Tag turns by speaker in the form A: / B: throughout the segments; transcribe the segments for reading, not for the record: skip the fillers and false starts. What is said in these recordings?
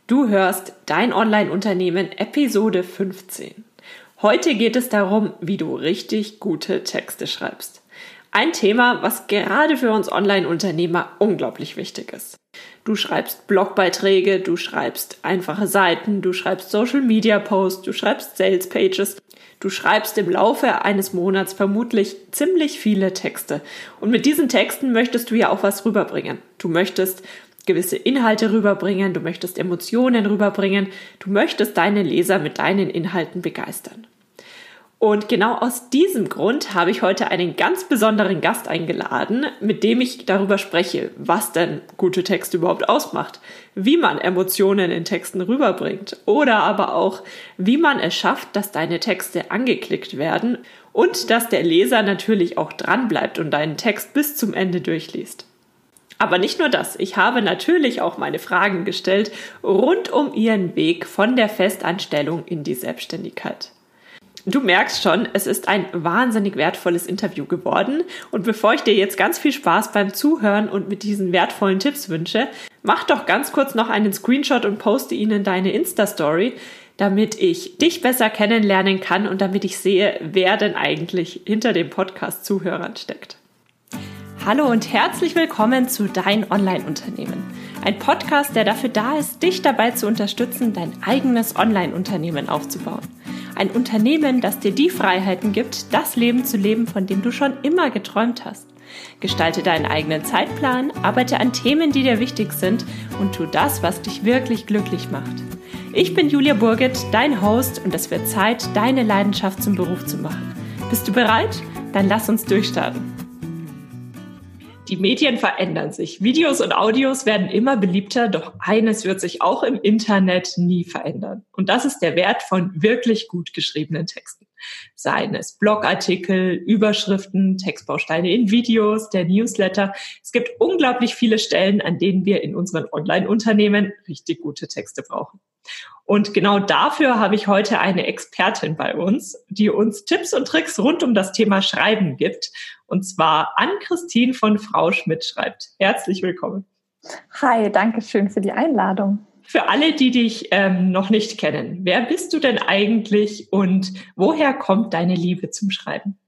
A: Du hörst Dein Online-Unternehmen Episode 15. Heute geht es darum, wie du richtig gute Texte schreibst. Ein Thema, was gerade für uns Online-Unternehmer unglaublich wichtig ist. Du schreibst Blogbeiträge, du schreibst einfache Seiten, du schreibst Social-Media-Posts, du schreibst Sales-Pages. Du schreibst im Laufe eines Monats vermutlich ziemlich viele Texte. Und mit diesen Texten möchtest du ja auch was rüberbringen. Du möchtest gewisse Inhalte rüberbringen, du möchtest Emotionen rüberbringen, du möchtest deine Leser mit deinen Inhalten begeistern. Und genau aus diesem Grund habe ich heute einen ganz besonderen Gast eingeladen, mit dem ich darüber spreche, was denn gute Texte überhaupt ausmacht, wie man Emotionen in Texten rüberbringt oder aber auch, wie man es schafft, dass deine Texte angeklickt werden und dass der Leser natürlich auch dranbleibt und deinen Text bis zum Ende durchliest. Aber nicht nur das, ich habe natürlich auch meine Fragen gestellt rund um ihren Weg von der Festanstellung in die Selbstständigkeit. Du merkst schon, es ist ein wahnsinnig wertvolles Interview geworden und bevor ich dir jetzt ganz viel Spaß beim Zuhören und mit diesen wertvollen Tipps wünsche, mach doch ganz kurz noch einen Screenshot und poste ihn in deine Insta-Story, damit ich dich besser kennenlernen kann und damit ich sehe, wer denn eigentlich hinter dem Podcast-Zuhörern steckt. Hallo und herzlich willkommen zu Dein Online-Unternehmen. Ein Podcast, der dafür da ist, dich dabei zu unterstützen, dein eigenes Online-Unternehmen aufzubauen. Ein Unternehmen, das dir die Freiheiten gibt, das Leben zu leben, von dem du schon immer geträumt hast. Gestalte deinen eigenen Zeitplan, arbeite an Themen, die dir wichtig sind und tu das, was dich wirklich glücklich macht. Ich bin Julia Burget, dein Host und es wird Zeit, deine Leidenschaft zum Beruf zu machen. Bist du bereit? Dann lass uns durchstarten. Die Medien verändern sich. Videos und Audios werden immer beliebter, doch eines wird sich auch im Internet nie verändern. Und das ist der Wert von wirklich gut geschriebenen Texten. Seien es Blogartikel, Überschriften, Textbausteine in Videos, der Newsletter. Es gibt unglaublich viele Stellen, an denen wir in unseren Online-Unternehmen richtig gute Texte brauchen. Und genau dafür habe ich heute eine Expertin bei uns, die uns Tipps und Tricks rund um das Thema Schreiben gibt. Und zwar Ann-Christine von Frau Schmidt schreibt. Herzlich willkommen.
B: Hi, danke schön für die Einladung.
A: Für alle, die dich noch nicht kennen, wer bist du denn eigentlich und woher kommt deine Liebe zum Schreiben?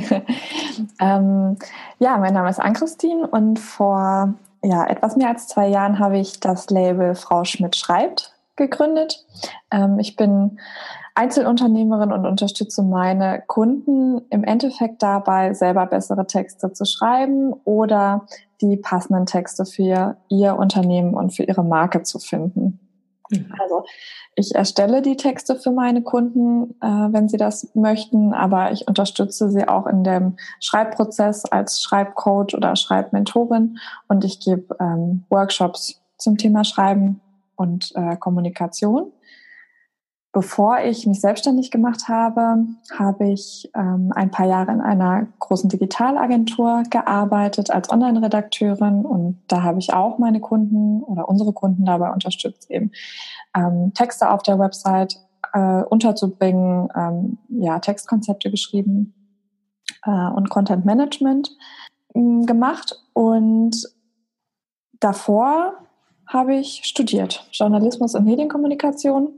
B: Mein Name ist Ann-Christine und vor etwas mehr als 2 Jahren habe ich das Label Frau Schmidt schreibt gegründet. Ich bin Einzelunternehmerin und unterstütze meine Kunden im Endeffekt dabei, selber bessere Texte zu schreiben oder die passenden Texte für ihr Unternehmen und für ihre Marke zu finden. Also ich erstelle die Texte für meine Kunden, wenn sie das möchten, aber ich unterstütze sie auch in dem Schreibprozess als Schreibcoach oder Schreibmentorin und ich gebe Workshops zum Thema Schreiben und Kommunikation. Bevor ich mich selbstständig gemacht habe, habe ich ein paar Jahre in einer großen Digitalagentur gearbeitet als Online-Redakteurin und da habe ich auch meine Kunden oder unsere Kunden dabei unterstützt, eben Texte auf der Website unterzubringen, Textkonzepte geschrieben und Content Management gemacht und davor habe ich studiert, Journalismus und Medienkommunikation.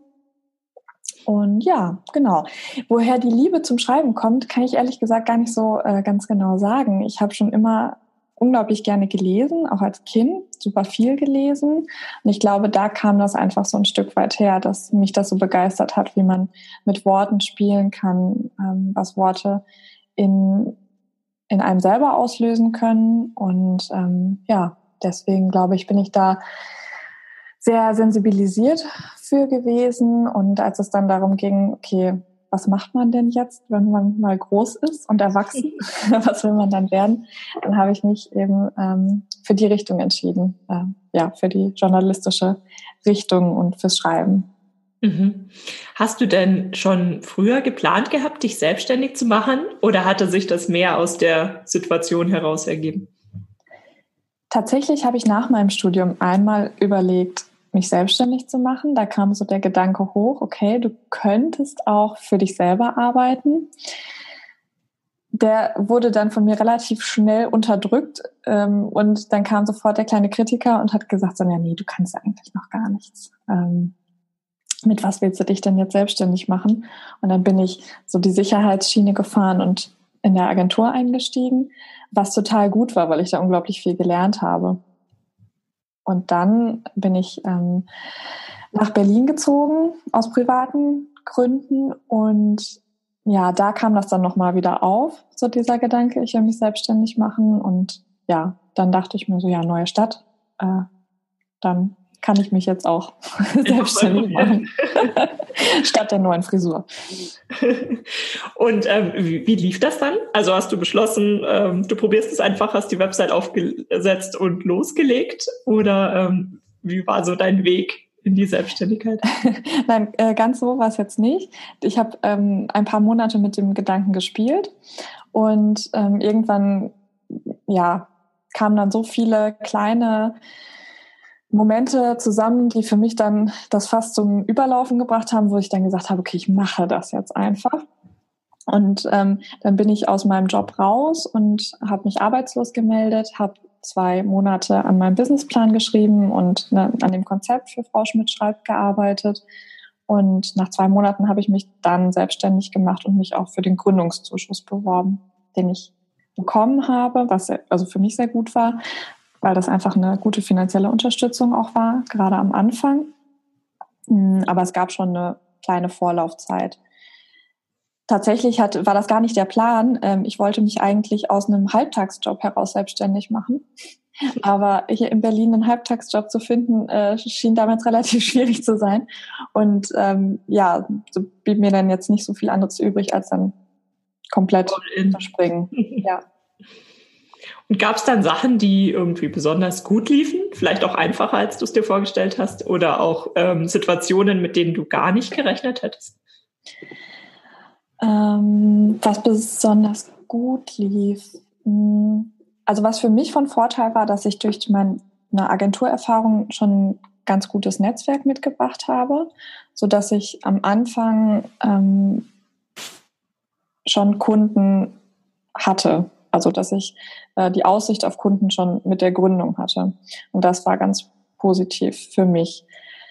B: Und ja, genau. Woher die Liebe zum Schreiben kommt, kann ich ehrlich gesagt gar nicht so ganz genau sagen. Ich habe schon immer unglaublich gerne gelesen, auch als Kind, super viel gelesen. Und ich glaube, da kam das einfach so ein Stück weit her, dass mich das so begeistert hat, wie man mit Worten spielen kann, was Worte in einem selber auslösen können. Und deswegen glaube ich, bin ich da sehr sensibilisiert für gewesen. Und als es dann darum ging, okay, was macht man denn jetzt, wenn man mal groß ist und erwachsen? Was will man dann werden? Dann habe ich mich eben für die Richtung entschieden. Für die journalistische Richtung und fürs Schreiben.
A: Mhm. Hast du denn schon früher geplant gehabt, dich selbstständig zu machen? Oder hatte sich das mehr aus der Situation heraus ergeben?
B: Tatsächlich habe ich nach meinem Studium einmal überlegt, mich selbstständig zu machen. Da kam so der Gedanke hoch, okay, du könntest auch für dich selber arbeiten. der wurde dann von mir relativ schnell unterdrückt, und dann kam sofort der kleine Kritiker und hat gesagt, so, ja, nee, du kannst eigentlich noch gar nichts. Mit was willst du dich denn jetzt selbstständig machen? Und dann bin ich so die Sicherheitsschiene gefahren und in der Agentur eingestiegen, was total gut war, weil ich da unglaublich viel gelernt habe. Und dann bin ich nach Berlin gezogen, aus privaten Gründen. Und ja, da kam das dann nochmal wieder auf, so dieser Gedanke, ich will mich selbstständig machen. Und ja, dann dachte ich mir so, ja, neue Stadt, dann kann ich mich jetzt auch selbstständig machen. Statt der neuen Frisur.
A: Und wie lief das dann? Also hast du beschlossen, du probierst es einfach, hast die Website aufgesetzt und losgelegt? Oder wie war so dein Weg in die Selbstständigkeit?
B: Nein, ganz so war es jetzt nicht. Ich habe ein paar Monate mit dem Gedanken gespielt und irgendwann kamen dann so viele kleine Momente zusammen, die für mich dann das fast zum Überlaufen gebracht haben, wo ich dann gesagt habe, okay, ich mache das jetzt einfach. Und dann bin ich aus meinem Job raus und habe mich arbeitslos gemeldet, habe 2 Monate an meinem Businessplan geschrieben und an dem Konzept für Frau Schmidt schreibt gearbeitet. Und nach 2 Monaten habe ich mich dann selbstständig gemacht und mich auch für den Gründungszuschuss beworben, den ich bekommen habe, was also für mich sehr gut war, weil das einfach eine gute finanzielle Unterstützung auch war, gerade am Anfang. Aber es gab schon eine kleine Vorlaufzeit. Tatsächlich war das gar nicht der Plan. Ich wollte mich eigentlich aus einem Halbtagsjob heraus selbstständig machen. Aber hier in Berlin einen Halbtagsjob zu finden, schien damals relativ schwierig zu sein. Und so blieb mir dann jetzt nicht so viel anderes übrig, als dann komplett zu springen. Ja.
A: Und gab es dann Sachen, die irgendwie besonders gut liefen? Vielleicht auch einfacher, als du es dir vorgestellt hast? Oder auch Situationen, mit denen du gar nicht gerechnet hättest?
B: Was besonders gut lief. Also was für mich von Vorteil war, dass ich durch meine Agenturerfahrung schon ein ganz gutes Netzwerk mitgebracht habe, sodass ich am Anfang schon Kunden hatte. Also dass ich die Aussicht auf Kunden schon mit der Gründung hatte. Und das war ganz positiv für mich.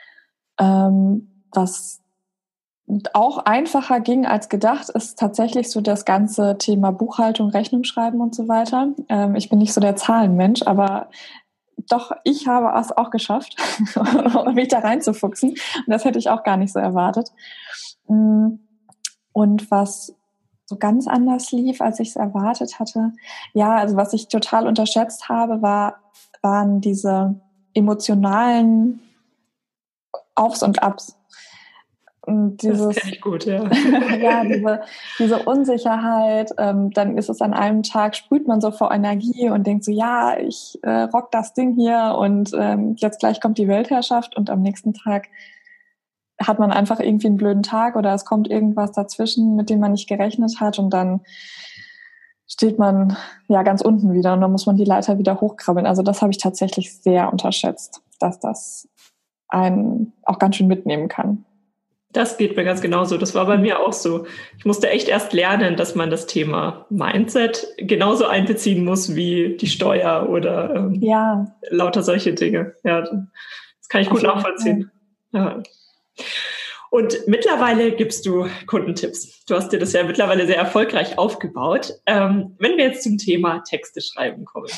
B: Was auch einfacher ging als gedacht, ist tatsächlich so das ganze Thema Buchhaltung, Rechnung schreiben und so weiter. Ich bin nicht so der Zahlenmensch, aber doch, ich habe es auch geschafft, mich da reinzufuchsen. Und das hätte ich auch gar nicht so erwartet. Und was so ganz anders lief, als ich es erwartet hatte, ja, also was ich total unterschätzt habe, waren diese emotionalen Aufs und Abs. Und
A: das kenne ich gut, ja.
B: ja, diese Unsicherheit, dann ist es an einem Tag, sprüht man so vor Energie und denkt so, ja, ich rock das Ding hier und jetzt gleich kommt die Weltherrschaft, und am nächsten Tag hat man einfach irgendwie einen blöden Tag oder es kommt irgendwas dazwischen, mit dem man nicht gerechnet hat, und dann steht man ja ganz unten wieder und dann muss man die Leiter wieder hochkrabbeln. Also das habe ich tatsächlich sehr unterschätzt, dass das einen auch ganz schön mitnehmen kann.
A: Das geht mir ganz genauso. Das war bei mir auch so. Ich musste echt erst lernen, dass man das Thema Mindset genauso einbeziehen muss wie die Steuer oder lauter solche Dinge. Ja, das kann ich gut nachvollziehen. Ja. Und mittlerweile gibst du Kundentipps. Du hast dir das ja mittlerweile sehr erfolgreich aufgebaut. Wenn wir jetzt zum Thema Texte schreiben kommen.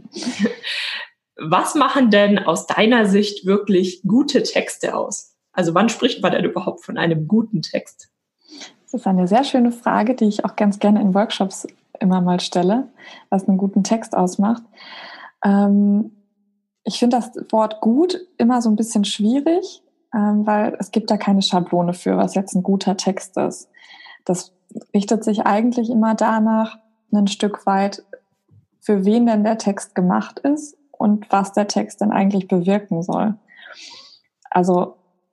A: Was machen denn aus deiner Sicht wirklich gute Texte aus? Also wann spricht man denn überhaupt von einem guten Text?
B: Das ist eine sehr schöne Frage, die ich auch ganz gerne in Workshops immer mal stelle, was einen guten Text ausmacht. Ich finde das Wort gut immer so ein bisschen schwierig, weil es gibt da keine Schablone für, was jetzt ein guter Text ist. Das richtet sich eigentlich immer danach, ein Stück weit, für wen denn der Text gemacht ist und was der Text denn eigentlich bewirken soll. Also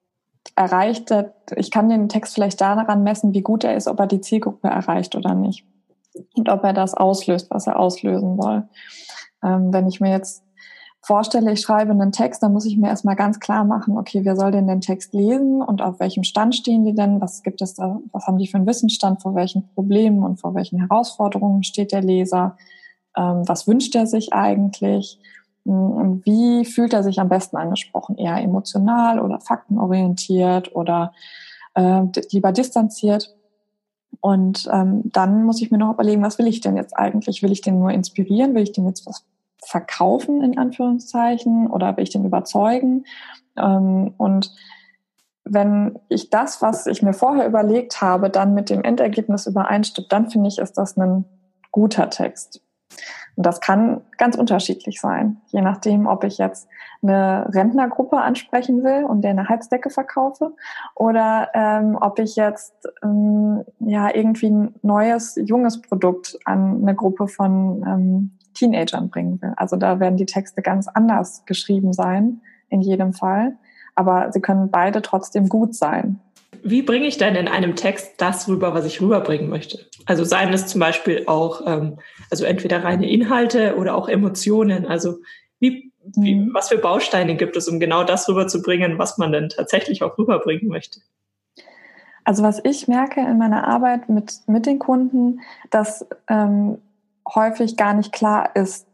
B: ich kann den Text vielleicht daran messen, wie gut er ist, ob er die Zielgruppe erreicht oder nicht. Und ob er das auslöst, was er auslösen soll. Wenn ich mir jetzt vorstelle, ich schreibe einen Text, dann muss ich mir erstmal ganz klar machen, okay, wer soll denn den Text lesen und auf welchem Stand stehen die denn? Was gibt es da, was haben die für einen Wissensstand, vor welchen Problemen und vor welchen Herausforderungen steht der Leser? Was wünscht er sich eigentlich? Und wie fühlt er sich am besten angesprochen? Eher emotional oder faktenorientiert oder lieber distanziert? Und dann muss ich mir noch überlegen, was will ich denn jetzt eigentlich? Will ich den nur inspirieren? Will ich dem jetzt was verkaufen, in Anführungszeichen? Oder will ich den überzeugen? Und wenn ich das, was ich mir vorher überlegt habe, dann mit dem Endergebnis übereinstimmt, dann finde ich, ist das ein guter Text. Und das kann ganz unterschiedlich sein, je nachdem, ob ich jetzt eine Rentnergruppe ansprechen will und der eine Heizdecke verkaufe oder ob ich jetzt irgendwie ein neues, junges Produkt an eine Gruppe von Teenagern bringen will. Also da werden die Texte ganz anders geschrieben sein, in jedem Fall. Aber sie können beide trotzdem gut sein.
A: Wie bringe ich denn in einem Text das rüber, was ich rüberbringen möchte? Also seien es zum Beispiel auch, also entweder reine Inhalte oder auch Emotionen. Also was für Bausteine gibt es, um genau das rüberzubringen, was man denn tatsächlich auch rüberbringen möchte?
B: Also was ich merke in meiner Arbeit mit den Kunden, dass häufig gar nicht klar ist,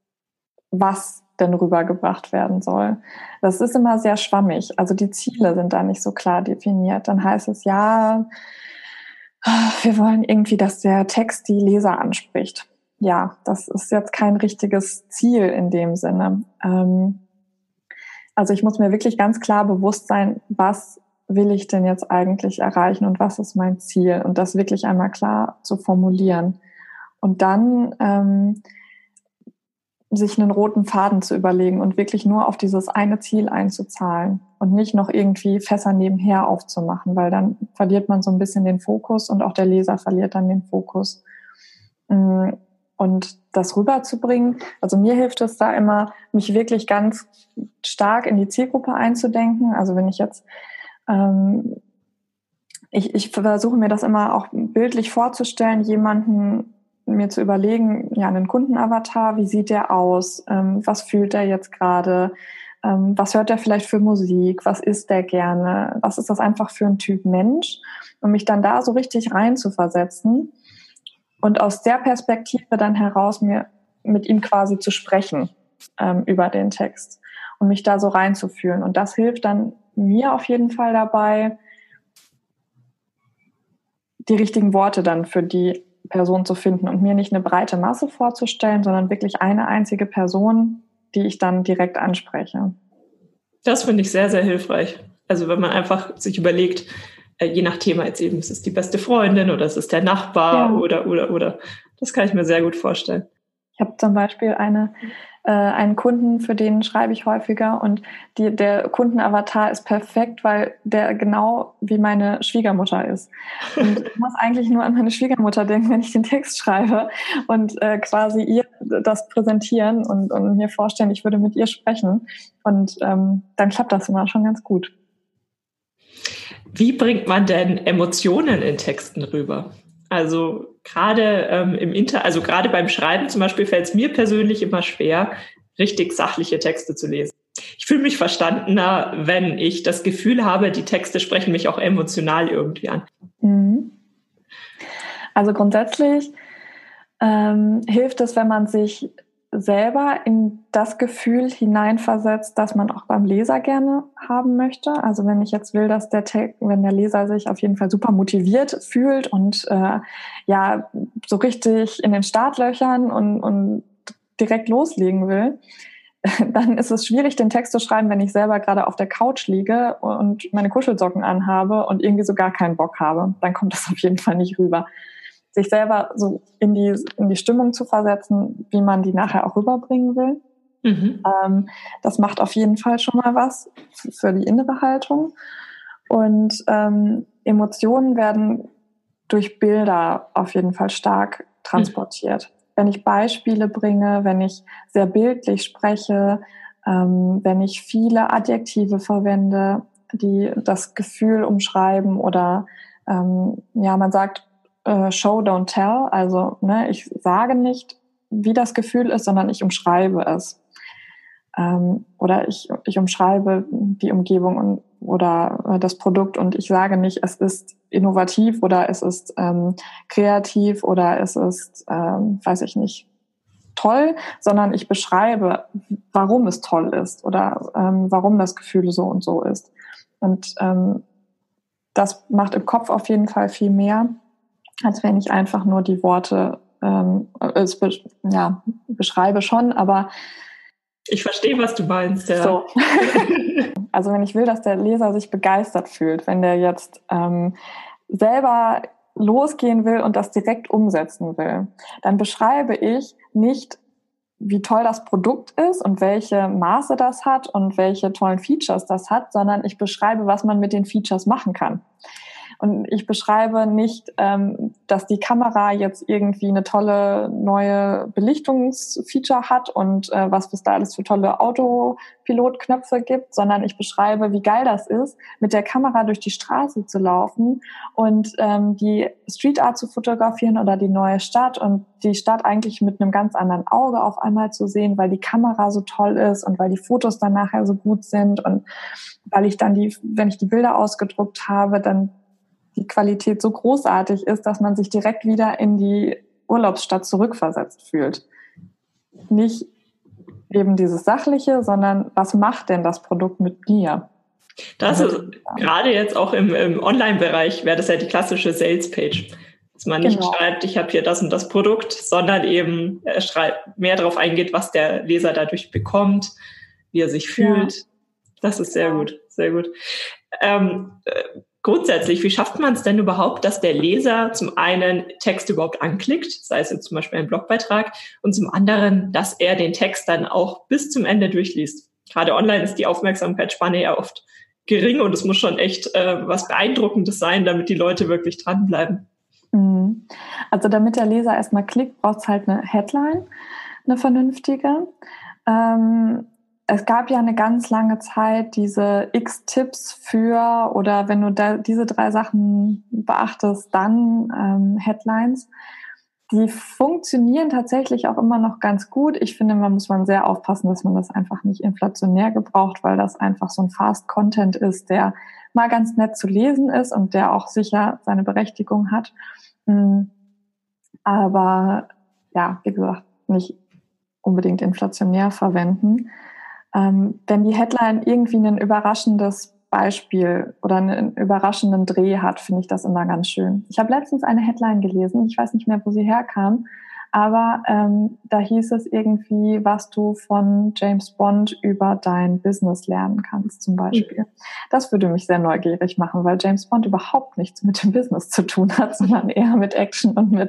B: was denn rübergebracht werden soll. Das ist immer sehr schwammig. Also die Ziele sind da nicht so klar definiert. Dann heißt es, ja, wir wollen irgendwie, dass der Text die Leser anspricht. Ja, das ist jetzt kein richtiges Ziel in dem Sinne. Also ich muss mir wirklich ganz klar bewusst sein, was will ich denn jetzt eigentlich erreichen und was ist mein Ziel? Und das wirklich einmal klar zu formulieren. Und dann sich einen roten Faden zu überlegen und wirklich nur auf dieses eine Ziel einzuzahlen und nicht noch irgendwie Fässer nebenher aufzumachen, weil dann verliert man so ein bisschen den Fokus und auch der Leser verliert dann den Fokus. Und das rüberzubringen, also mir hilft es da immer, mich wirklich ganz stark in die Zielgruppe einzudenken. Also wenn ich jetzt ich versuche mir das immer auch bildlich vorzustellen, jemanden mir zu überlegen, ja, einen Kundenavatar, wie sieht der aus, was fühlt er jetzt gerade, was hört er vielleicht für Musik, was isst der gerne, was ist das einfach für ein Typ Mensch, und mich dann da so richtig rein zu versetzen und aus der Perspektive dann heraus mir mit ihm quasi zu sprechen über den Text und mich da so reinzufühlen. Und das hilft dann mir auf jeden Fall dabei, die richtigen Worte dann für die Person zu finden und mir nicht eine breite Masse vorzustellen, sondern wirklich eine einzige Person, die ich dann direkt anspreche.
A: Das finde ich sehr, sehr hilfreich. Also wenn man einfach sich überlegt, je nach Thema jetzt eben, ist es die beste Freundin oder ist es der Nachbar oder. Das kann ich mir sehr gut vorstellen.
B: Ich habe zum Beispiel einen Kunden, für den schreibe ich häufiger, und der Kundenavatar ist perfekt, weil der genau wie meine Schwiegermutter ist. Und ich muss eigentlich nur an meine Schwiegermutter denken, wenn ich den Text schreibe und quasi ihr das präsentieren und mir vorstellen, ich würde mit ihr sprechen. Und dann klappt das immer schon ganz gut.
A: Wie bringt man denn Emotionen in Texten rüber? Also gerade gerade beim Schreiben zum Beispiel fällt es mir persönlich immer schwer, richtig sachliche Texte zu lesen. Ich fühle mich verstandener, wenn ich das Gefühl habe, die Texte sprechen mich auch emotional irgendwie an.
B: Also grundsätzlich hilft es, wenn man sich selber in das Gefühl hineinversetzt, das man auch beim Leser gerne haben möchte. Also wenn ich jetzt will, dass wenn der Leser sich auf jeden Fall super motiviert fühlt und so richtig in den Startlöchern und direkt loslegen will, dann ist es schwierig, den Text zu schreiben, wenn ich selber gerade auf der Couch liege und meine Kuschelsocken anhabe und irgendwie so gar keinen Bock habe. Dann kommt das auf jeden Fall nicht rüber. Sich selber so in die Stimmung zu versetzen, wie man die nachher auch rüberbringen will. Das macht auf jeden Fall schon mal was für die innere Haltung. Und Emotionen werden durch Bilder auf jeden Fall stark transportiert. Wenn ich Beispiele bringe, wenn ich sehr bildlich spreche, wenn ich viele Adjektive verwende, die das Gefühl umschreiben oder man sagt, Show, don't tell. Also ich sage nicht, wie das Gefühl ist, sondern ich umschreibe es. oder ich umschreibe die Umgebung oder das Produkt und ich sage nicht, es ist innovativ oder es ist kreativ oder es ist, weiß ich nicht, toll, sondern ich beschreibe, warum es toll ist oder warum das Gefühl so und so ist. Und das macht im Kopf auf jeden Fall viel mehr, als wenn ich einfach nur die Worte beschreibe schon, aber
A: ich verstehe, was du meinst. Ja.
B: So. Also wenn ich will, dass der Leser sich begeistert fühlt, wenn der jetzt selber losgehen will und das direkt umsetzen will, dann beschreibe ich nicht, wie toll das Produkt ist und welche Maße das hat und welche tollen Features das hat, sondern ich beschreibe, was man mit den Features machen kann. Und ich beschreibe nicht, dass die Kamera jetzt irgendwie eine tolle neue Belichtungsfeature hat und was es da alles für tolle Autopilotknöpfe gibt, sondern ich beschreibe, wie geil das ist, mit der Kamera durch die Straße zu laufen und die Street Art zu fotografieren oder die neue Stadt und die Stadt eigentlich mit einem ganz anderen Auge auf einmal zu sehen, weil die Kamera so toll ist und weil die Fotos dann nachher so gut sind und weil ich dann wenn ich die Bilder ausgedruckt habe, dann die Qualität so großartig ist, dass man sich direkt wieder in die Urlaubsstadt zurückversetzt fühlt. Nicht eben dieses Sachliche, sondern was macht denn das Produkt mit mir?
A: Das ist gerade jetzt auch im Online-Bereich wäre das ja die klassische Sales-Page. Dass man nicht schreibt, ich habe hier das und das Produkt, sondern eben mehr darauf eingeht, was der Leser dadurch bekommt, wie er sich fühlt. Ja. Das ist sehr gut, sehr gut. Grundsätzlich, wie schafft man es denn überhaupt, dass der Leser zum einen Text überhaupt anklickt, sei es jetzt zum Beispiel ein Blogbeitrag, und zum anderen, dass er den Text dann auch bis zum Ende durchliest? Gerade online ist die Aufmerksamkeitsspanne ja oft gering und es muss schon echt was Beeindruckendes sein, damit die Leute wirklich dranbleiben.
B: Also damit der Leser erstmal klickt, braucht es halt eine Headline, eine vernünftige. Es gab ja eine ganz lange Zeit diese X-Tipps für, oder wenn du diese 3 Sachen beachtest, dann Headlines. Die funktionieren tatsächlich auch immer noch ganz gut. Ich finde, muss man sehr aufpassen, dass man das einfach nicht inflationär gebraucht, weil das einfach so ein Fast-Content ist, der mal ganz nett zu lesen ist und der auch sicher seine Berechtigung hat. Aber ja, wie gesagt, nicht unbedingt inflationär verwenden. Wenn die Headline irgendwie ein überraschendes Beispiel oder einen überraschenden Dreh hat, finde ich das immer ganz schön. Ich habe letztens eine Headline gelesen, ich weiß nicht mehr, wo sie herkam, aber da hieß es irgendwie, was du von James Bond über dein Business lernen kannst zum Beispiel. Das würde mich sehr neugierig machen, weil James Bond überhaupt nichts mit dem Business zu tun hat, sondern eher mit Action und mit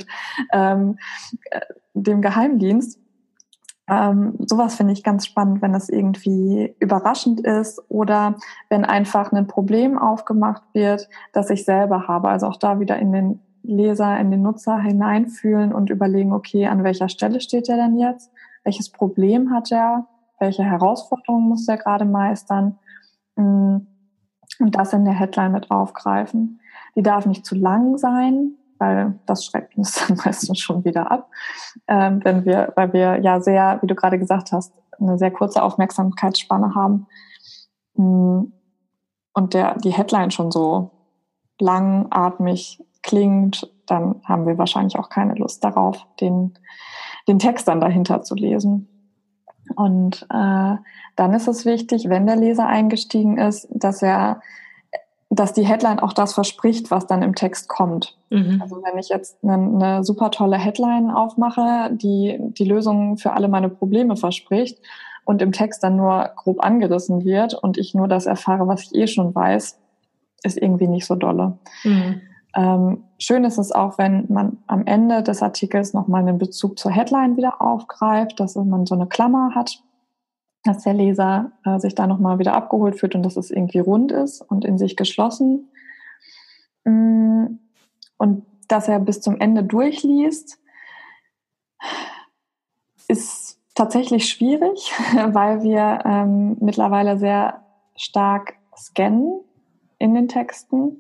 B: dem Geheimdienst. Sowas finde ich ganz spannend, wenn es irgendwie überraschend ist oder wenn einfach ein Problem aufgemacht wird, das ich selber habe. Also auch da wieder in den Leser, in den Nutzer hineinfühlen und überlegen, okay, an welcher Stelle steht er denn jetzt? Welches Problem hat er? Welche Herausforderungen muss er gerade meistern? Und das in der Headline mit aufgreifen. Die darf nicht zu lang sein, weil das schreckt uns dann meistens schon wieder ab, weil wir ja sehr, wie du gerade gesagt hast, eine sehr kurze Aufmerksamkeitsspanne haben und die Headline schon so langatmig klingt, dann haben wir wahrscheinlich auch keine Lust darauf, den Text dann dahinter zu lesen. Und dann ist es wichtig, wenn der Leser eingestiegen ist, dass die Headline auch das verspricht, was dann im Text kommt. Also wenn ich jetzt eine super tolle Headline aufmache, die Lösung für alle meine Probleme verspricht und im Text dann nur grob angerissen wird und ich nur das erfahre, was ich eh schon weiß, ist irgendwie nicht so dolle. Schön ist es auch, wenn man am Ende des Artikels nochmal einen Bezug zur Headline wieder aufgreift, dass man so eine Klammer hat, dass der Leser sich da nochmal wieder abgeholt fühlt und dass es irgendwie rund ist und in sich geschlossen. Und dass er bis zum Ende durchliest, ist tatsächlich schwierig, weil wir mittlerweile sehr stark scannen in den Texten.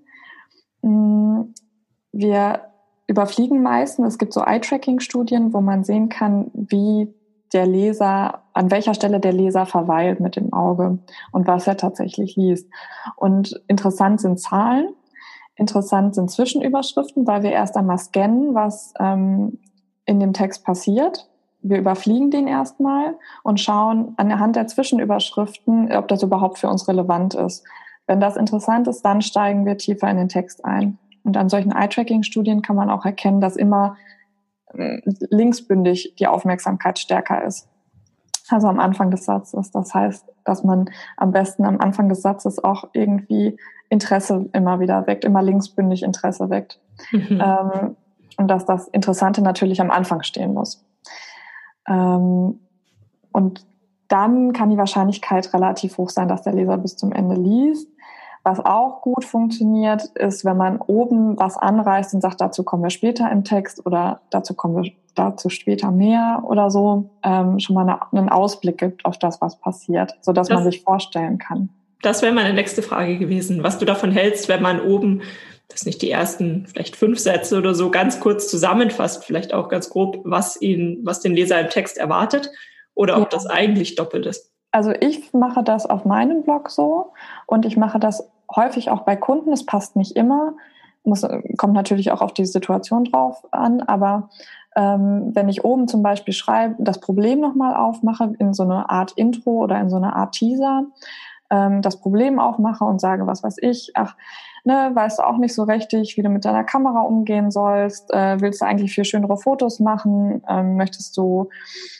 B: Wir überfliegen meistens, es gibt so Eye-Tracking-Studien, wo man sehen kann, wie der Leser an welcher Stelle der Leser verweilt mit dem Auge und was er tatsächlich liest. Und interessant sind Zahlen, interessant sind Zwischenüberschriften, weil wir erst einmal scannen, was in dem Text passiert. Wir überfliegen den erstmal und schauen anhand der Zwischenüberschriften, ob das überhaupt für uns relevant ist. Wenn das interessant ist, dann steigen wir tiefer in den Text ein. Und an solchen Eye-Tracking-Studien kann man auch erkennen, dass immer linksbündig die Aufmerksamkeit stärker ist. Also am Anfang des Satzes. Das heißt, dass man am besten am Anfang des Satzes auch irgendwie Interesse immer wieder weckt, immer linksbündig Interesse weckt. Und dass das Interessante natürlich am Anfang stehen muss. Und dann kann die Wahrscheinlichkeit relativ hoch sein, dass der Leser bis zum Ende liest. Was auch gut funktioniert, ist, wenn man oben was anreißt und sagt, dazu kommen wir später im Text oder dazu kommen wir dazu später mehr oder so, schon mal einen Ausblick gibt auf das, was passiert, sodass man sich vorstellen kann.
A: Das wäre meine nächste Frage gewesen, was du davon hältst, wenn man oben, das nicht die ersten vielleicht 5 Sätze oder so, ganz kurz zusammenfasst, vielleicht auch ganz grob, was den Leser im Text erwartet oder ob das eigentlich doppelt ist.
B: Also ich mache das auf meinem Blog so und ich mache das häufig auch bei Kunden. Es passt nicht immer, kommt natürlich auch auf die Situation drauf an, aber wenn ich oben zum Beispiel schreibe, das Problem nochmal aufmache in so eine Art Intro oder in so eine Art Teaser, das Problem aufmache und sage, was weiß ich, weißt du auch nicht so richtig, wie du mit deiner Kamera umgehen sollst, willst du eigentlich viel schönere Fotos machen, möchtest du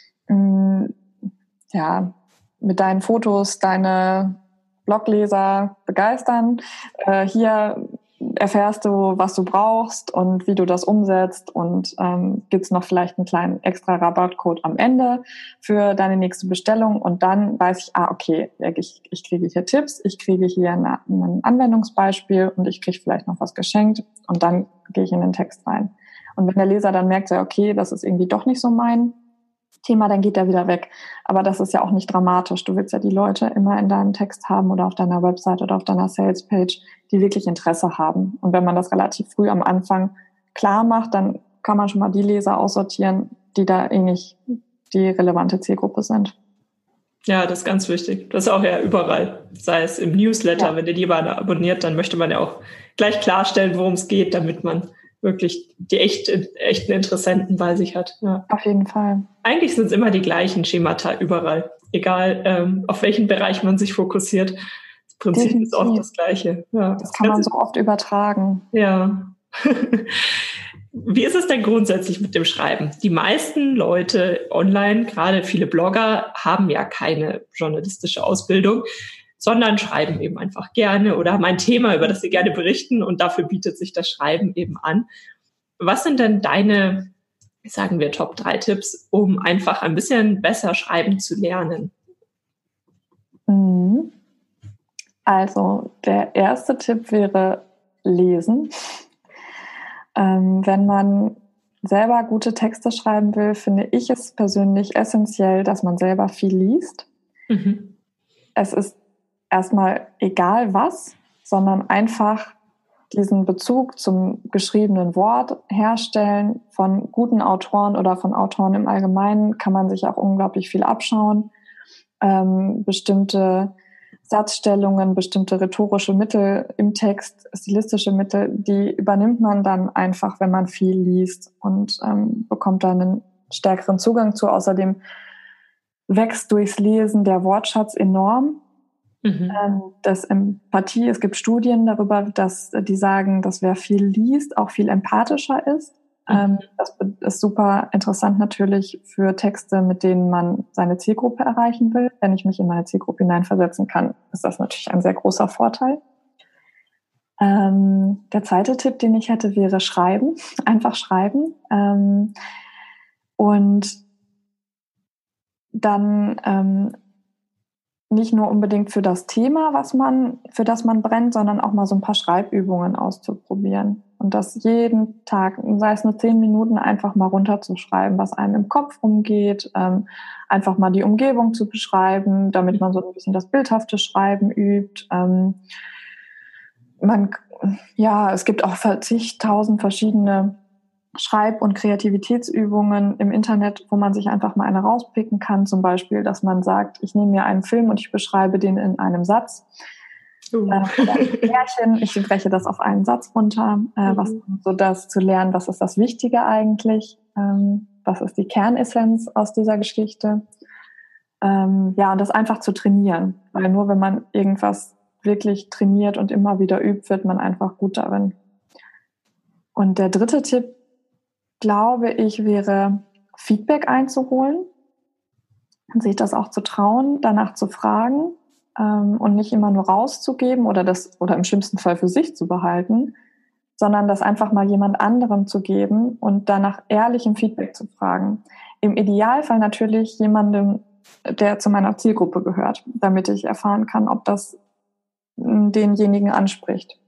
B: mit deinen Fotos deine Blogleser begeistern, hier erfährst du, was du brauchst und wie du das umsetzt und gibt's noch vielleicht einen kleinen extra Rabattcode am Ende für deine nächste Bestellung und dann weiß ich, okay, ich kriege hier Tipps, ich kriege hier ein Anwendungsbeispiel und ich kriege vielleicht noch was geschenkt und dann gehe ich in den Text rein. Und wenn der Leser dann merkt, okay, das ist irgendwie doch nicht so mein Thema, dann geht er wieder weg. Aber das ist ja auch nicht dramatisch. Du willst ja die Leute immer in deinem Text haben oder auf deiner Website oder auf deiner Salespage, die wirklich Interesse haben. Und wenn man das relativ früh am Anfang klar macht, dann kann man schon mal die Leser aussortieren, die da nicht die relevante Zielgruppe sind.
A: Ja, das ist ganz wichtig. Das ist auch ja überall. Sei es im Newsletter, wenn dir jemand abonniert, dann möchte man ja auch gleich klarstellen, worum es geht, damit man wirklich die echten Interessenten bei sich hat. Ja.
B: Auf jeden Fall.
A: Eigentlich sind es immer die gleichen Schemata überall. Egal, auf welchen Bereich man sich fokussiert. Das Prinzip Definitiv. Ist oft das Gleiche. Ja,
B: das kann man so oft übertragen.
A: Ja. Wie ist es denn grundsätzlich mit dem Schreiben? Die meisten Leute online, gerade viele Blogger, haben ja keine journalistische Ausbildung, sondern schreiben eben einfach gerne oder haben ein Thema, über das sie gerne berichten und dafür bietet sich das Schreiben eben an. Was sind denn deine, sagen wir, Top 3 Tipps, um einfach ein bisschen besser schreiben zu lernen?
B: Also der erste Tipp wäre lesen. Wenn man selber gute Texte schreiben will, finde ich es persönlich essentiell, dass man selber viel liest. Es ist erstmal egal was, sondern einfach diesen Bezug zum geschriebenen Wort herstellen. Von guten Autoren oder von Autoren im Allgemeinen kann man sich auch unglaublich viel abschauen. Bestimmte Satzstellungen, bestimmte rhetorische Mittel im Text, stilistische Mittel, die übernimmt man dann einfach, wenn man viel liest und bekommt dann einen stärkeren Zugang zu. Außerdem wächst durchs Lesen der Wortschatz enorm. Das Empathie, es gibt Studien darüber, dass die sagen, dass wer viel liest, auch viel empathischer ist. Das ist super interessant natürlich für Texte, mit denen man seine Zielgruppe erreichen will. Wenn ich mich in meine Zielgruppe hineinversetzen kann, ist das natürlich ein sehr großer Vorteil. Der zweite Tipp, den ich hätte, wäre schreiben. Einfach schreiben. Und dann nicht nur unbedingt für das Thema, für das man brennt, sondern auch mal so ein paar Schreibübungen auszuprobieren. Und das jeden Tag, sei es nur 10 Minuten, einfach mal runterzuschreiben, was einem im Kopf rumgeht, einfach mal die Umgebung zu beschreiben, damit man so ein bisschen das bildhafte Schreiben übt. Es gibt auch 40.000 verschiedene Schreib- und Kreativitätsübungen im Internet, wo man sich einfach mal eine rauspicken kann. Zum Beispiel, dass man sagt, ich nehme mir einen Film und ich beschreibe den in einem Satz. Oder ein Märchen, ich breche das auf einen Satz runter, so das zu lernen, was ist das Wichtige eigentlich, was ist die Kernessenz aus dieser Geschichte. Und das einfach zu trainieren, weil nur wenn man irgendwas wirklich trainiert und immer wieder übt, wird man einfach gut darin. Und der dritte Tipp, glaube ich, wäre Feedback einzuholen und sich das auch zu trauen, danach zu fragen und nicht immer nur rauszugeben oder im schlimmsten Fall für sich zu behalten, sondern das einfach mal jemand anderem zu geben und danach ehrlichem Feedback zu fragen. Im Idealfall natürlich jemandem, der zu meiner Zielgruppe gehört, damit ich erfahren kann, ob das denjenigen anspricht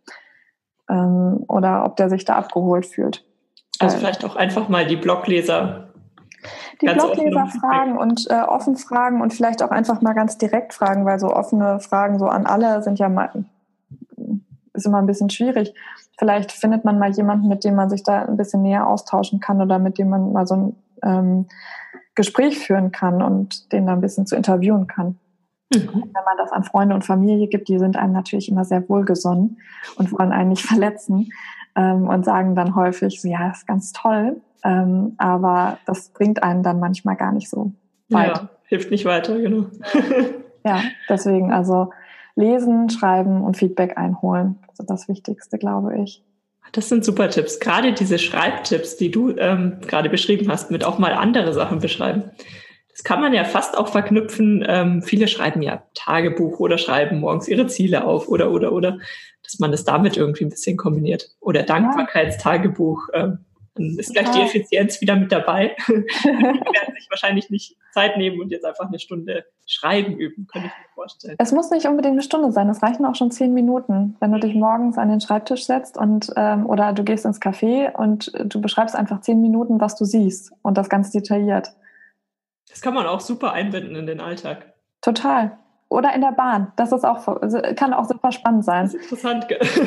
B: oder ob der sich da abgeholt fühlt.
A: Also vielleicht auch einfach mal die Blogleser.
B: Die Blogleser fragen und offen fragen und vielleicht auch einfach mal ganz direkt fragen, weil so offene Fragen so an alle sind ja mal, ist immer ein bisschen schwierig. Vielleicht findet man mal jemanden, mit dem man sich da ein bisschen näher austauschen kann oder mit dem man mal so ein Gespräch führen kann und den da ein bisschen zu interviewen kann. Wenn man das an Freunde und Familie gibt, die sind einem natürlich immer sehr wohlgesonnen und wollen einen nicht verletzen und sagen dann häufig, so, ja, das ist ganz toll, aber das bringt einen dann manchmal gar nicht so weit.
A: Ja, hilft nicht weiter, genau.
B: Ja, deswegen also lesen, schreiben und Feedback einholen. Das ist das Wichtigste, glaube ich.
A: Das sind super Tipps. Gerade diese Schreibtipps, die du gerade beschrieben hast, mit auch mal andere Sachen beschreiben. Das kann man ja fast auch verknüpfen. Viele schreiben ja Tagebuch oder schreiben morgens ihre Ziele auf oder. Dass man das damit irgendwie ein bisschen kombiniert. Oder Dankbarkeitstagebuch. Dann ist gleich die Effizienz wieder mit dabei. Die werden sich wahrscheinlich nicht Zeit nehmen und jetzt einfach eine Stunde schreiben üben, kann ich mir vorstellen.
B: Es muss nicht unbedingt eine Stunde sein, es reichen auch schon 10 Minuten. Wenn du dich morgens an den Schreibtisch setzt und oder du gehst ins Café und du beschreibst einfach 10 Minuten, was du siehst und das ganz detailliert.
A: Das kann man auch super einbinden in den Alltag.
B: Total. Oder in der Bahn. Das ist auch, kann auch super spannend sein.
A: Das ist interessant.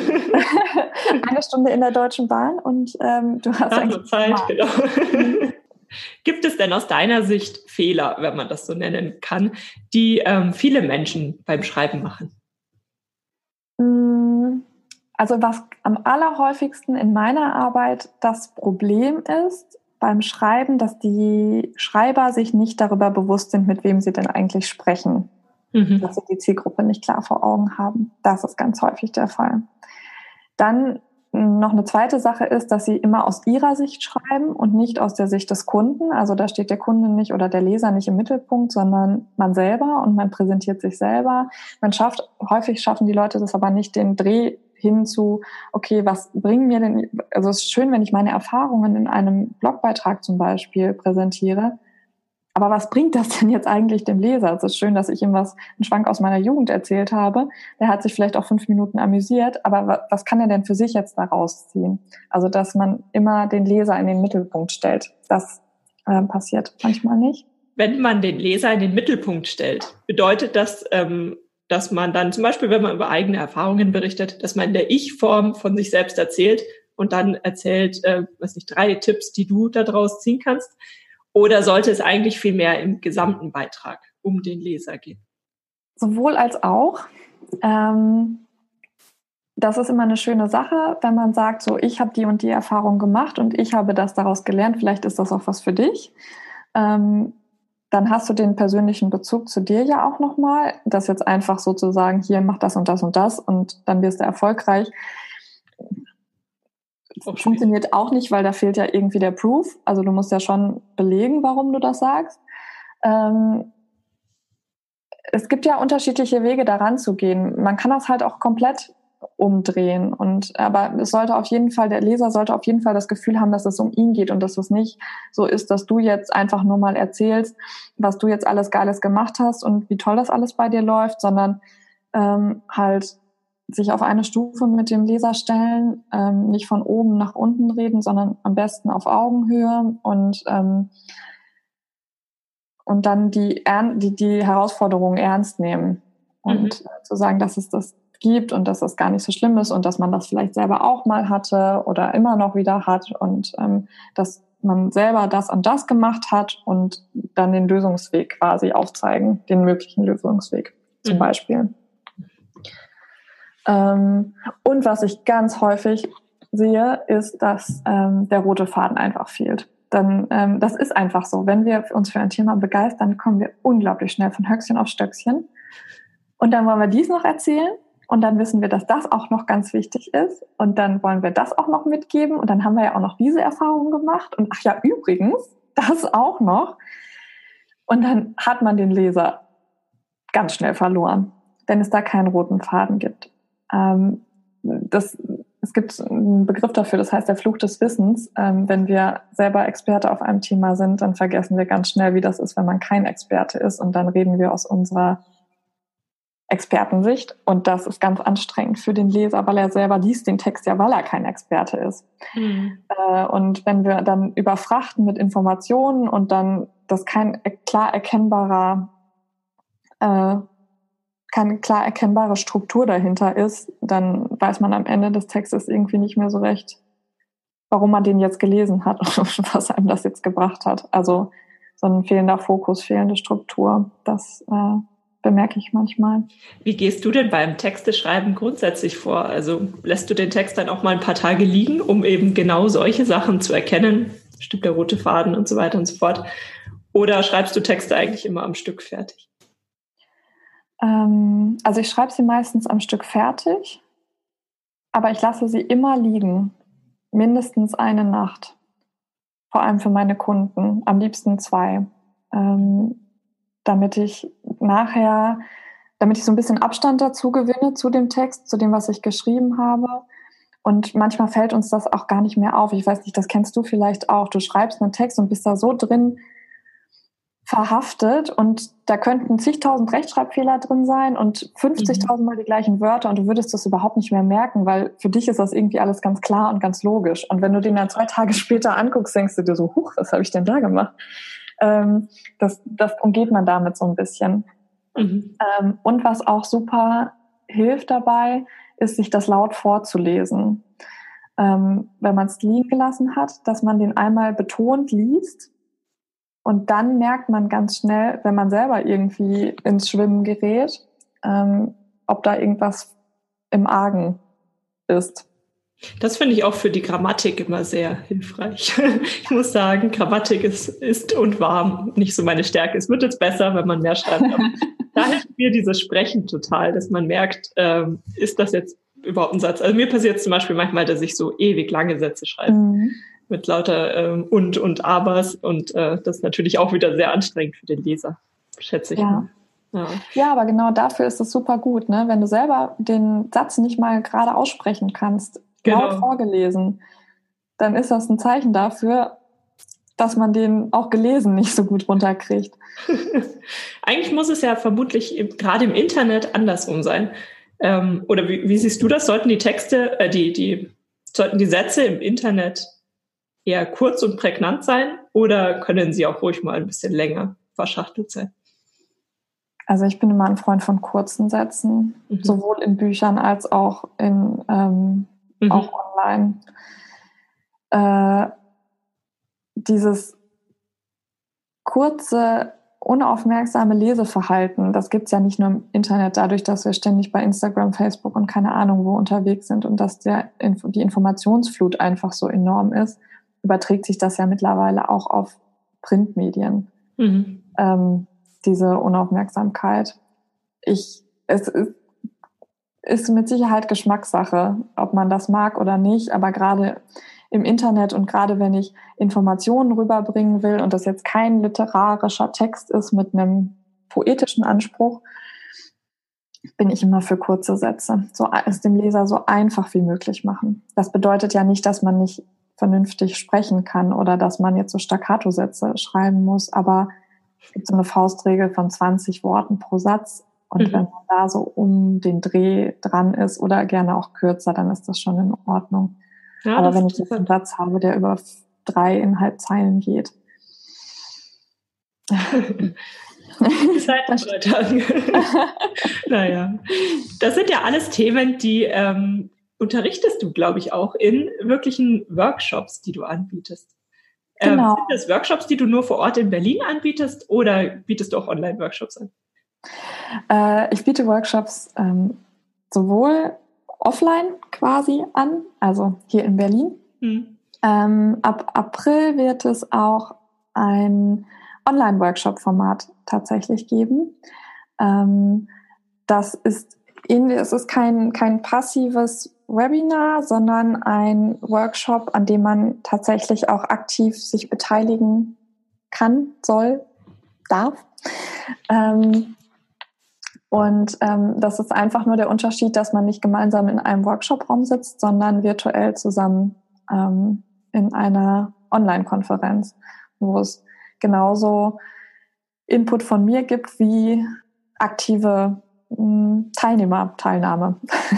B: Eine Stunde in der Deutschen Bahn und du hast
A: eigentlich Zeit. Genau. Gibt es denn aus deiner Sicht Fehler, wenn man das so nennen kann, die viele Menschen beim Schreiben machen?
B: Also was am allerhäufigsten in meiner Arbeit das Problem ist beim Schreiben, dass die Schreiber sich nicht darüber bewusst sind, mit wem sie denn eigentlich sprechen. Dass sie die Zielgruppe nicht klar vor Augen haben. Das ist ganz häufig der Fall. Dann noch eine zweite Sache ist, dass sie immer aus ihrer Sicht schreiben und nicht aus der Sicht des Kunden. Also da steht der Kunde nicht oder der Leser nicht im Mittelpunkt, sondern man selber und man präsentiert sich selber. Häufig schaffen die Leute das aber nicht, den Dreh hin zu, okay, was bringen mir denn, also es ist schön, wenn ich meine Erfahrungen in einem Blogbeitrag zum Beispiel präsentiere, aber was bringt das denn jetzt eigentlich dem Leser? Es ist schön, dass ich ihm einen Schwank aus meiner Jugend erzählt habe. Der hat sich vielleicht auch 5 Minuten amüsiert, aber was kann er denn für sich jetzt daraus ziehen? Also, dass man immer den Leser in den Mittelpunkt stellt. Das passiert manchmal nicht.
A: Wenn man den Leser in den Mittelpunkt stellt, bedeutet das, dass man dann zum Beispiel, wenn man über eigene Erfahrungen berichtet, dass man in der Ich-Form von sich selbst erzählt und dann erzählt, 3 Tipps, die du daraus ziehen kannst? Oder sollte es eigentlich viel mehr im gesamten Beitrag um den Leser gehen?
B: Sowohl als auch. Das ist immer eine schöne Sache, wenn man sagt, so ich habe die und die Erfahrung gemacht und ich habe das daraus gelernt, vielleicht ist das auch was für dich. Dann hast du den persönlichen Bezug zu dir ja auch nochmal. Das jetzt einfach sozusagen, hier mach das und das und das und dann wirst du erfolgreich. Funktioniert auch nicht, weil da fehlt ja irgendwie der Proof. Also du musst ja schon belegen, warum du das sagst. Es gibt ja unterschiedliche Wege, daran zu gehen. Man kann das halt auch komplett umdrehen. Aber es sollte auf jeden Fall, der Leser sollte auf jeden Fall das Gefühl haben, dass es um ihn geht und dass es nicht so ist, dass du jetzt einfach nur mal erzählst, was du jetzt alles Geiles gemacht hast und wie toll das alles bei dir läuft, sondern halt sich auf eine Stufe mit dem Leser stellen, nicht von oben nach unten reden, sondern am besten auf Augenhöhe und dann die Herausforderungen ernst nehmen und zu sagen, das ist das gibt und dass das gar nicht so schlimm ist und dass man das vielleicht selber auch mal hatte oder immer noch wieder hat und dass man selber das und das gemacht hat und dann den Lösungsweg quasi aufzeigen, den möglichen Lösungsweg zum Beispiel. Und was ich ganz häufig sehe, ist, dass der rote Faden einfach fehlt. Dann, das ist einfach so. Wenn wir uns für ein Thema begeistern, kommen wir unglaublich schnell von Höchstchen auf Stöckchen. Und dann wollen wir dies noch erzählen. Und dann wissen wir, dass das auch noch ganz wichtig ist. Und dann wollen wir das auch noch mitgeben. Und dann haben wir ja auch noch diese Erfahrung gemacht. Und ach ja, übrigens, das auch noch. Und dann hat man den Leser ganz schnell verloren, wenn es da keinen roten Faden gibt. Es gibt einen Begriff dafür, das heißt der Fluch des Wissens. Wenn wir selber Experte auf einem Thema sind, dann vergessen wir ganz schnell, wie das ist, wenn man kein Experte ist. Und dann reden wir aus unserer Expertensicht. Und das ist ganz anstrengend für den Leser, weil er selber liest den Text ja, weil er kein Experte ist. Und wenn wir dann überfrachten mit Informationen und dann das keine klar erkennbare Struktur dahinter ist, dann weiß man am Ende des Textes irgendwie nicht mehr so recht, warum man den jetzt gelesen hat und was einem das jetzt gebracht hat. Also so ein fehlender Fokus, fehlende Struktur, das bemerke ich manchmal.
A: Wie gehst du denn beim Texteschreiben grundsätzlich vor? Also lässt du den Text dann auch mal ein paar Tage liegen, um eben genau solche Sachen zu erkennen? Stimmt der rote Faden und so weiter und so fort? Oder schreibst du Texte eigentlich immer am Stück fertig?
B: Also ich schreibe sie meistens am Stück fertig, aber ich lasse sie immer liegen. Mindestens eine Nacht. Vor allem für meine Kunden. Am liebsten 2. Damit ich so ein bisschen Abstand dazu gewinne zu dem Text, zu dem, was ich geschrieben habe. Und manchmal fällt uns das auch gar nicht mehr auf. Ich weiß nicht, das kennst du vielleicht auch. Du schreibst einen Text und bist da so drin verhaftet und da könnten zigtausend Rechtschreibfehler drin sein und 50.000 Mal die gleichen Wörter und du würdest das überhaupt nicht mehr merken, weil für dich ist das irgendwie alles ganz klar und ganz logisch. Und wenn du den dann 2 Tage später anguckst, denkst du dir so, huch, was habe ich denn da gemacht? Das umgeht man damit so ein bisschen. Und was auch super hilft dabei, ist, sich das laut vorzulesen. Wenn man es liegen gelassen hat, dass man den einmal betont liest. Und dann merkt man ganz schnell, wenn man selber irgendwie ins Schwimmen gerät, ob da irgendwas im Argen ist.
A: Das finde ich auch für die Grammatik immer sehr hilfreich. Ich muss sagen, Grammatik ist und war nicht so meine Stärke. Es wird jetzt besser, wenn man mehr schreibt. Da hilft mir dieses Sprechen total, dass man merkt, ist das jetzt überhaupt ein Satz? Also mir passiert es zum Beispiel manchmal, dass ich so ewig lange Sätze schreibe. Mit lauter und Abers und das ist natürlich auch wieder sehr anstrengend für den Leser, schätze ich mal.
B: Ja, aber genau dafür ist es super gut, ne? Wenn du selber den Satz nicht mal gerade aussprechen kannst, laut vorgelesen, dann ist das ein Zeichen dafür, dass man den auch gelesen nicht so gut runterkriegt.
A: Eigentlich muss es ja vermutlich gerade im Internet andersrum sein. Oder wie siehst du das? Sollten die Texte, sollten die Sätze im Internet eher kurz und prägnant sein oder können sie auch ruhig mal ein bisschen länger verschachtelt sein?
B: Also ich bin immer ein Freund von kurzen Sätzen, sowohl in Büchern als auch auch online. Dieses kurze, unaufmerksame Leseverhalten, das gibt es ja nicht nur im Internet, dadurch, dass wir ständig bei Instagram, Facebook und keine Ahnung wo unterwegs sind und dass die Informationsflut einfach so enorm ist, überträgt sich das ja mittlerweile auch auf Printmedien. Diese Unaufmerksamkeit. Es ist mit Sicherheit Geschmackssache, ob man das mag oder nicht, aber gerade im Internet und gerade wenn ich Informationen rüberbringen will und das jetzt kein literarischer Text ist mit einem poetischen Anspruch, bin ich immer für kurze Sätze. So es dem Leser so einfach wie möglich machen. Das bedeutet ja nicht, dass man nicht vernünftig sprechen kann oder dass man jetzt so Staccato-Sätze schreiben muss, aber es gibt so eine Faustregel von 20 Worten pro Satz und wenn man da so um den Dreh dran ist oder gerne auch kürzer, dann ist das schon in Ordnung. Ja, aber wenn ich jetzt einen Satz habe, der über 3,5 Zeilen geht.
A: Seit 3 Tagen. Naja, das sind ja alles Themen, die unterrichtest du, glaube ich, auch in wirklichen Workshops, die du anbietest.
B: Genau.
A: Sind das Workshops, die du nur vor Ort in Berlin anbietest oder bietest du auch Online-Workshops an?
B: Ich biete Workshops sowohl offline quasi an, also hier in Berlin. Ab April wird es auch ein Online-Workshop-Format tatsächlich geben. Es ist kein passives Webinar, sondern ein Workshop, an dem man tatsächlich auch aktiv sich beteiligen kann, soll, darf. Das ist einfach nur der Unterschied, dass man nicht gemeinsam in einem Workshop-Raum sitzt, sondern virtuell zusammen in einer Online-Konferenz, wo es genauso Input von mir gibt wie aktive Teilnahme,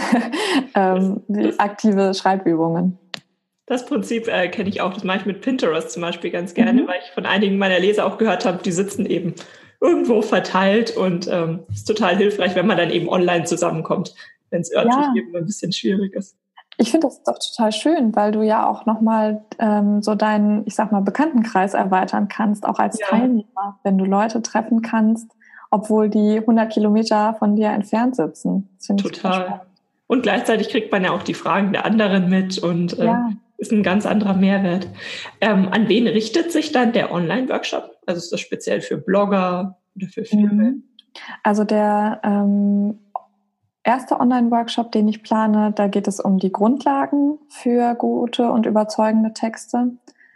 B: wie aktive Schreibübungen.
A: Das Prinzip kenne ich auch. Das mache ich mit Pinterest zum Beispiel ganz gerne, weil ich von einigen meiner Leser auch gehört habe, die sitzen eben irgendwo verteilt und ist total hilfreich, wenn man dann eben online zusammenkommt, wenn es örtlich eben ein bisschen schwierig ist.
B: Ich finde das doch total schön, weil du ja auch nochmal so deinen, ich sag mal, Bekanntenkreis erweitern kannst, auch als Teilnehmer, wenn du Leute treffen kannst, obwohl die 100 Kilometer von dir entfernt sitzen. Das finde ich
A: total. Und gleichzeitig kriegt man ja auch die Fragen der anderen mit und ist ein ganz anderer Mehrwert. An wen richtet sich dann der Online-Workshop? Also ist das speziell für Blogger oder für Firmen?
B: Also der erste Online-Workshop, den ich plane, da geht es um die Grundlagen für gute und überzeugende Texte.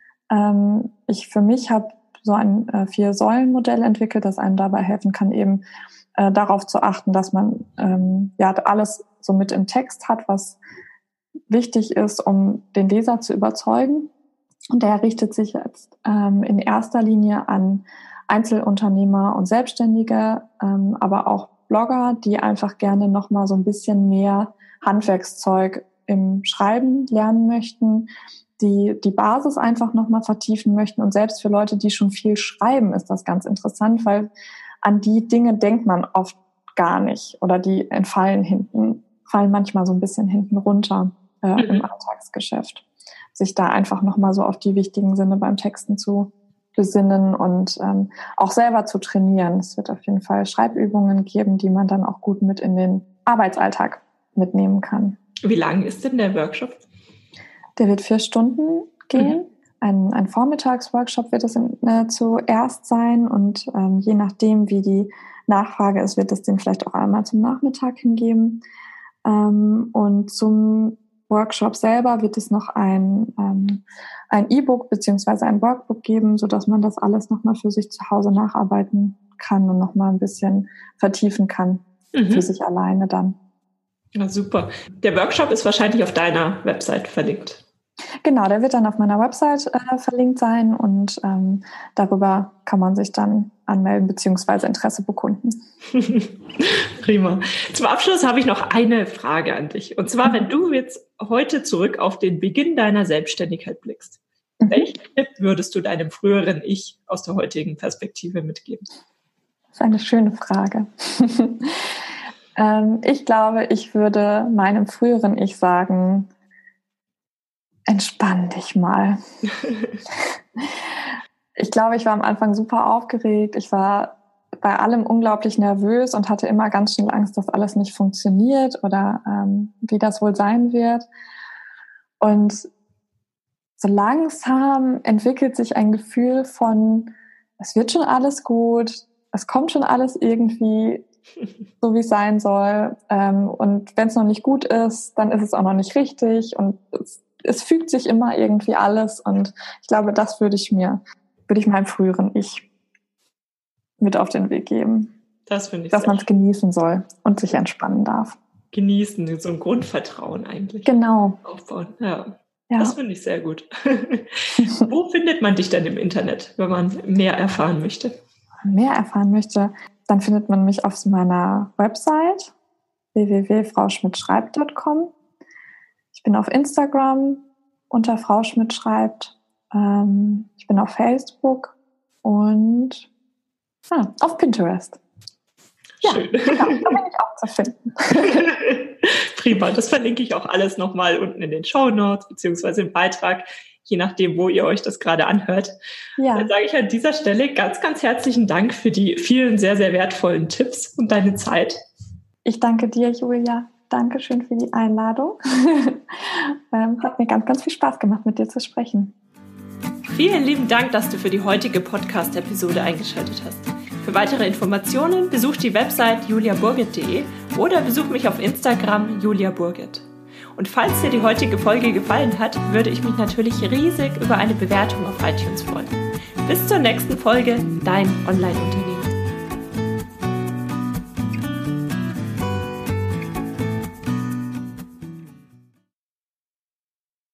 B: Ich für mich habe so ein 4-Säulen-Modell entwickelt, das einem dabei helfen kann, eben darauf zu achten, dass man alles so mit im Text hat, was wichtig ist, um den Leser zu überzeugen. Und der richtet sich jetzt in erster Linie an Einzelunternehmer und Selbstständige, aber auch Blogger, die einfach gerne noch mal so ein bisschen mehr Handwerkszeug im Schreiben lernen möchten, die Basis einfach noch mal vertiefen möchten. Und selbst für Leute, die schon viel schreiben, ist das ganz interessant, weil an die Dinge denkt man oft gar nicht oder die fallen manchmal so ein bisschen hinten runter im Alltagsgeschäft. Sich da einfach noch mal so auf die wichtigen Sinne beim Texten zu besinnen und auch selber zu trainieren. Es wird auf jeden Fall Schreibübungen geben, die man dann auch gut mit in den Arbeitsalltag mitnehmen kann.
A: Wie lang ist denn der Workshop?
B: Der wird 4 Stunden gehen. Ein Vormittagsworkshop wird es zuerst sein und je nachdem, wie die Nachfrage ist, wird es den vielleicht auch einmal zum Nachmittag hingeben. Und zum Workshop selber wird es noch ein E-Book beziehungsweise ein Workbook geben, sodass man das alles nochmal für sich zu Hause nacharbeiten kann und nochmal ein bisschen vertiefen kann für sich alleine dann.
A: Ja, super. Der Workshop ist wahrscheinlich auf deiner Website verlinkt.
B: Genau, der wird dann auf meiner Website verlinkt sein und darüber kann man sich dann anmelden bzw. Interesse bekunden.
A: Prima. Zum Abschluss habe ich noch eine Frage an dich. Und zwar, wenn du jetzt heute zurück auf den Beginn deiner Selbstständigkeit blickst, welchen Tipp würdest du deinem früheren Ich aus der heutigen Perspektive mitgeben?
B: Das ist eine schöne Frage. Ich glaube, ich würde meinem früheren Ich sagen, entspann dich mal. Ich glaube, ich war am Anfang super aufgeregt. Ich war bei allem unglaublich nervös und hatte immer ganz schnell Angst, dass alles nicht funktioniert oder wie das wohl sein wird. Und so langsam entwickelt sich ein Gefühl von, es wird schon alles gut, es kommt schon alles irgendwie so, wie es sein soll. Und wenn es noch nicht gut ist, dann ist es auch noch nicht richtig und es fügt sich immer irgendwie alles und ich glaube, das würde ich meinem früheren Ich mit auf den Weg geben.
A: Das finde ich
B: dass man es genießen soll und sich entspannen darf.
A: Genießen, so ein Grundvertrauen eigentlich.
B: Genau.
A: Aufbauen, ja. Das finde ich sehr gut. Wo findet man dich denn im Internet, wenn man mehr erfahren möchte?
B: Mehr erfahren möchte, dann findet man mich auf meiner Website www.frauschmidtschreibt.com. Ich bin auf Instagram unter Frau Schmidt schreibt. Ich bin auf Facebook und Auf Pinterest.
A: Schön.
B: Ja, genau, da bin ich auch zu finden.
A: Prima, das verlinke ich auch alles nochmal unten in den Shownotes, beziehungsweise im Beitrag, je nachdem, wo ihr euch das gerade anhört.
B: Ja.
A: Dann sage ich an dieser Stelle ganz, ganz herzlichen Dank für die vielen sehr, sehr wertvollen Tipps und deine Zeit.
B: Ich danke dir, Julia. Dankeschön für die Einladung. Hat mir ganz, ganz viel Spaß gemacht, mit dir zu sprechen.
A: Vielen lieben Dank, dass du für die heutige Podcast-Episode eingeschaltet hast. Für weitere Informationen besuch die Website juliaburgit.de oder besuch mich auf Instagram juliaburgit. Und falls dir die heutige Folge gefallen hat, würde ich mich natürlich riesig über eine Bewertung auf iTunes freuen. Bis zur nächsten Folge, dein Online-Unternehmen.